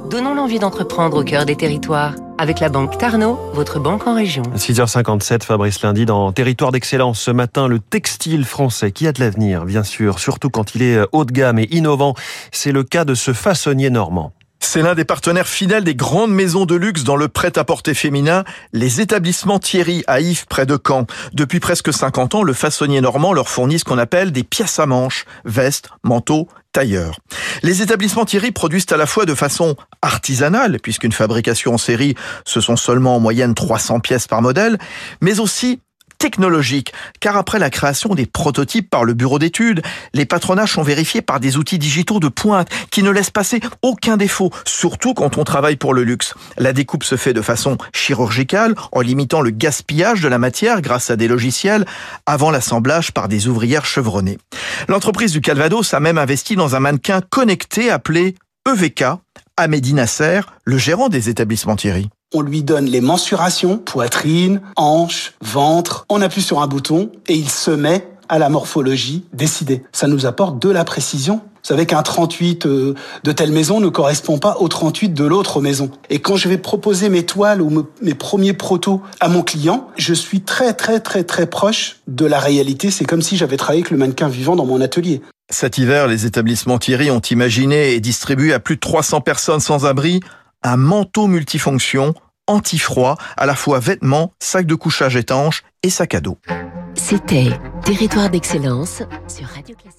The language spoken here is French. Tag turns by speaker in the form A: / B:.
A: Donnons l'envie d'entreprendre au cœur des territoires. Avec la banque Tarno, votre banque en région.
B: 6h57, Fabrice Lundy dans Territoire d'Excellence. Ce matin, le textile français qui a de l'avenir, bien sûr, surtout quand il est haut de gamme et innovant. C'est le cas de ce façonnier normand.
C: C'est l'un des partenaires fidèles des grandes maisons de luxe dans le prêt-à-porter féminin, les établissements Thierry à Yves, près de Caen. Depuis presque 50 ans, le façonnier normand leur fournit ce qu'on appelle des pièces à manches, vestes, manteaux, tailleurs. Les établissements Thierry produisent à la fois de façon artisanale, puisqu'une fabrication en série, ce sont seulement en moyenne 300 pièces par modèle, mais aussi technologique, car après la création des prototypes par le bureau d'études, les patronages sont vérifiés par des outils digitaux de pointe qui ne laissent passer aucun défaut, surtout quand on travaille pour le luxe. La découpe se fait de façon chirurgicale, en limitant le gaspillage de la matière grâce à des logiciels, avant l'assemblage par des ouvrières chevronnées. L'entreprise du Calvados a même investi dans un mannequin connecté appelé EVK, Amédi Nasser, le gérant des établissements Thierry.
D: On lui donne les mensurations, poitrine, hanche, ventre. On appuie sur un bouton et il se met à la morphologie décidée. Ça nous apporte de la précision. Vous savez qu'un 38 de telle maison ne correspond pas au 38 de l'autre maison. Et quand je vais proposer mes toiles ou mes premiers protos à mon client, je suis très proche de la réalité. C'est comme si j'avais travaillé avec le mannequin vivant dans mon atelier.
C: Cet hiver, les établissements Thierry ont imaginé et distribué à plus de 300 personnes sans abri un manteau multifonction, anti-froid, à la fois vêtements, sac de couchage étanche et sac à dos.
E: C'était Territoire d'Excellence sur Radio Classique.